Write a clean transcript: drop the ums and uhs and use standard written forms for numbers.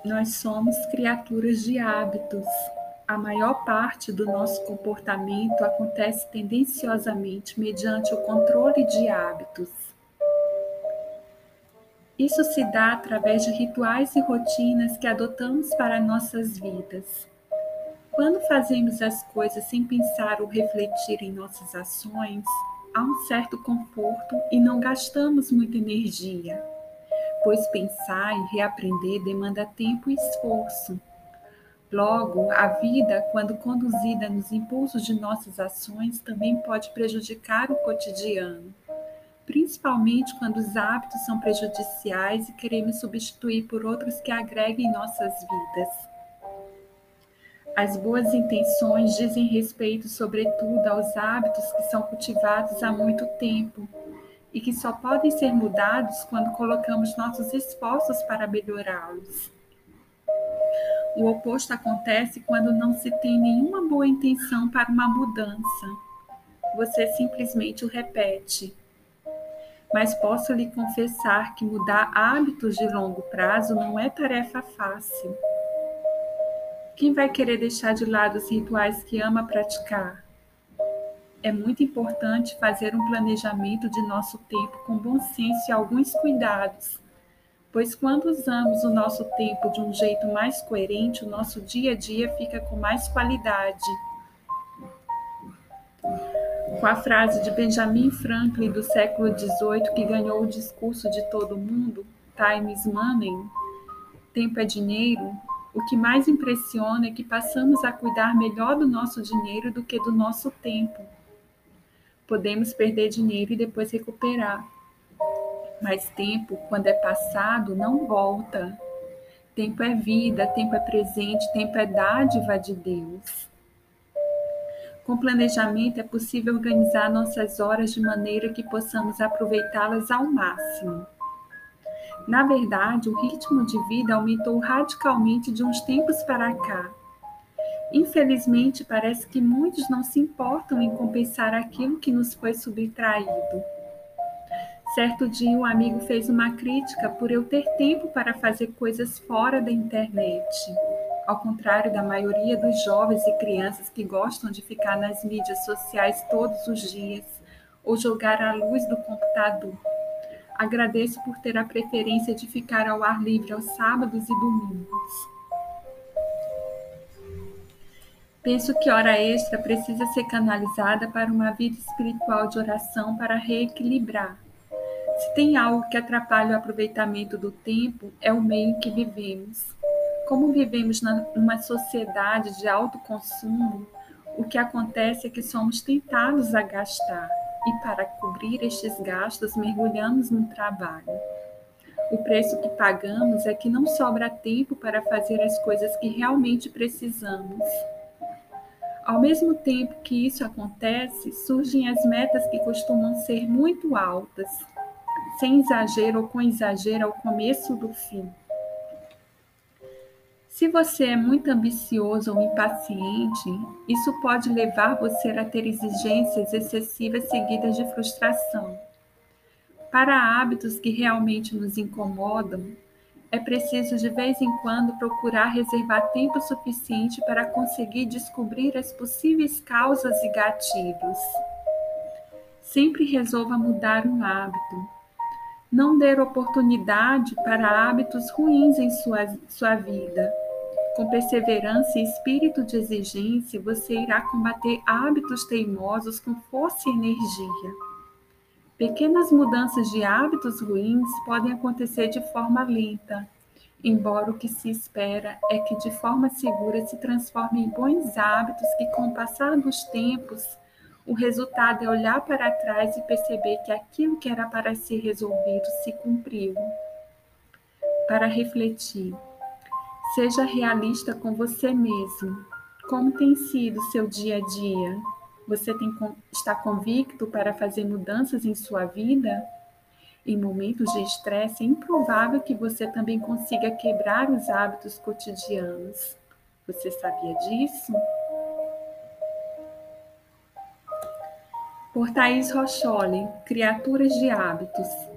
Nós somos criaturas de hábitos. A maior parte do nosso comportamento acontece tendenciosamente mediante o controle de hábitos. Isso se dá através de rituais e rotinas que adotamos para nossas vidas. Quando fazemos as coisas sem pensar ou refletir em nossas ações, há um certo conforto e não gastamos muita energia, pois pensar e reaprender demanda tempo e esforço. Logo, a vida, quando conduzida nos impulsos de nossas ações, também pode prejudicar o cotidiano, principalmente quando os hábitos são prejudiciais e queremos substituir por outros que agreguem nossas vidas. As boas intenções dizem respeito, sobretudo, aos hábitos que são cultivados há muito tempo e que só podem ser mudados quando colocamos nossos esforços para melhorá-los. O oposto acontece quando não se tem nenhuma boa intenção para uma mudança. Você simplesmente o repete. Mas posso lhe confessar que mudar hábitos de longo prazo não é tarefa fácil. Quem vai querer deixar de lado os rituais que ama praticar? É muito importante fazer um planejamento de nosso tempo com bom senso e alguns cuidados, pois quando usamos o nosso tempo de um jeito mais coerente, o nosso dia a dia fica com mais qualidade. Com a frase de Benjamin Franklin do século XVIII, que ganhou o discurso de todo mundo, "Time is money", tempo é dinheiro, o que mais impressiona é que passamos a cuidar melhor do nosso dinheiro do que do nosso tempo. Podemos perder dinheiro e depois recuperar, mas tempo, quando é passado, não volta. Tempo é vida, tempo é presente, tempo é dádiva de Deus. Com planejamento é possível organizar nossas horas de maneira que possamos aproveitá-las ao máximo. Na verdade, o ritmo de vida aumentou radicalmente de uns tempos para cá. Infelizmente, parece que muitos não se importam em compensar aquilo que nos foi subtraído. Certo dia, um amigo fez uma crítica por eu ter tempo para fazer coisas fora da internet. Ao contrário da maioria dos jovens e crianças que gostam de ficar nas mídias sociais todos os dias ou jogar à luz do computador. Agradeço por ter a preferência de ficar ao ar livre aos sábados e domingos. Penso que hora extra precisa ser canalizada para uma vida espiritual de oração para reequilibrar. Se tem algo que atrapalha o aproveitamento do tempo, é o meio em que vivemos. Como vivemos numa sociedade de alto consumo, o que acontece é que somos tentados a gastar, e para cobrir estes gastos mergulhamos no trabalho. O preço que pagamos é que não sobra tempo para fazer as coisas que realmente precisamos. Ao mesmo tempo que isso acontece, surgem as metas que costumam ser muito altas, sem exagero ou com exagero ao começo do fim. Se você é muito ambicioso ou impaciente, isso pode levar você a ter exigências excessivas seguidas de frustração. Para hábitos que realmente nos incomodam, é preciso de vez em quando procurar reservar tempo suficiente para conseguir descobrir as possíveis causas e gatilhos. Sempre resolva mudar um hábito. Não dê oportunidade para hábitos ruins em sua vida. Com perseverança e espírito de exigência, você irá combater hábitos teimosos com força e energia. Pequenas mudanças de hábitos ruins podem acontecer de forma lenta, embora o que se espera é que de forma segura se transformem em bons hábitos que, com o passar dos tempos, o resultado é olhar para trás e perceber que aquilo que era para ser resolvido se cumpriu. Para refletir, seja realista com você mesmo. Como tem sido o seu dia a dia? Você está convicto para fazer mudanças em sua vida? Em momentos de estresse, é improvável que você também consiga quebrar os hábitos cotidianos. Você sabia disso? Por Thaís Rocholi, Criaturas de Hábitos.